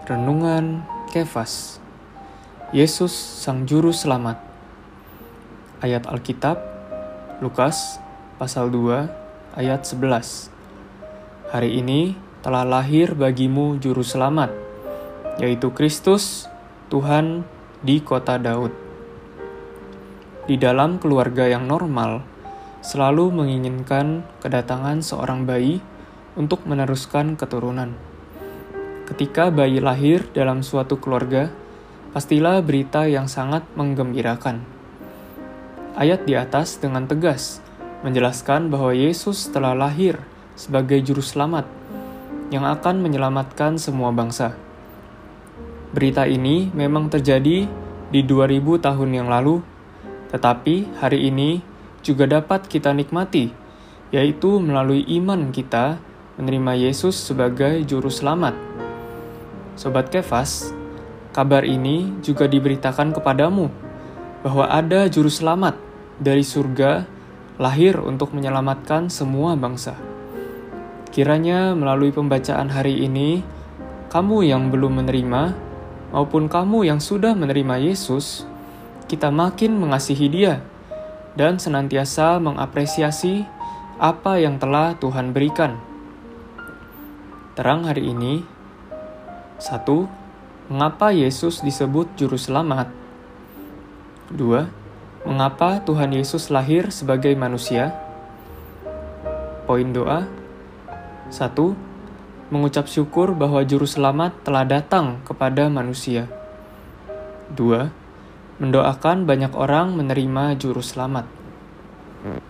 Renungan Kefas. Yesus Sang Juru Selamat. Ayat Alkitab, Lukas pasal 2 ayat 11. Hari ini telah lahir bagimu Juru Selamat, yaitu Kristus, Tuhan di kota Daud. Di dalam keluarga yang normal, selalu menginginkan kedatangan seorang bayi untuk meneruskan keturunan. Ketika bayi lahir dalam suatu keluarga, pastilah berita yang sangat menggembirakan. Ayat di atas dengan tegas menjelaskan bahwa Yesus telah lahir sebagai Juru Selamat yang akan menyelamatkan semua bangsa. Berita ini memang terjadi di 2000 tahun yang lalu, tetapi hari ini juga dapat kita nikmati, yaitu melalui iman kita menerima Yesus sebagai Juru Selamat. Sobat Kefas, kabar ini juga diberitakan kepadamu bahwa ada Juru Selamat dari surga lahir untuk menyelamatkan semua bangsa. Kiranya melalui pembacaan hari ini, kamu yang belum menerima maupun kamu yang sudah menerima Yesus, kita makin mengasihi Dia dan senantiasa mengapresiasi apa yang telah Tuhan berikan. Terang hari ini, 1. Mengapa Yesus disebut Juru Selamat? 2. Mengapa Tuhan Yesus lahir sebagai manusia? Poin doa. 1. Mengucap syukur bahwa Juru Selamat telah datang kepada manusia. 2. Mendoakan banyak orang menerima Juru Selamat.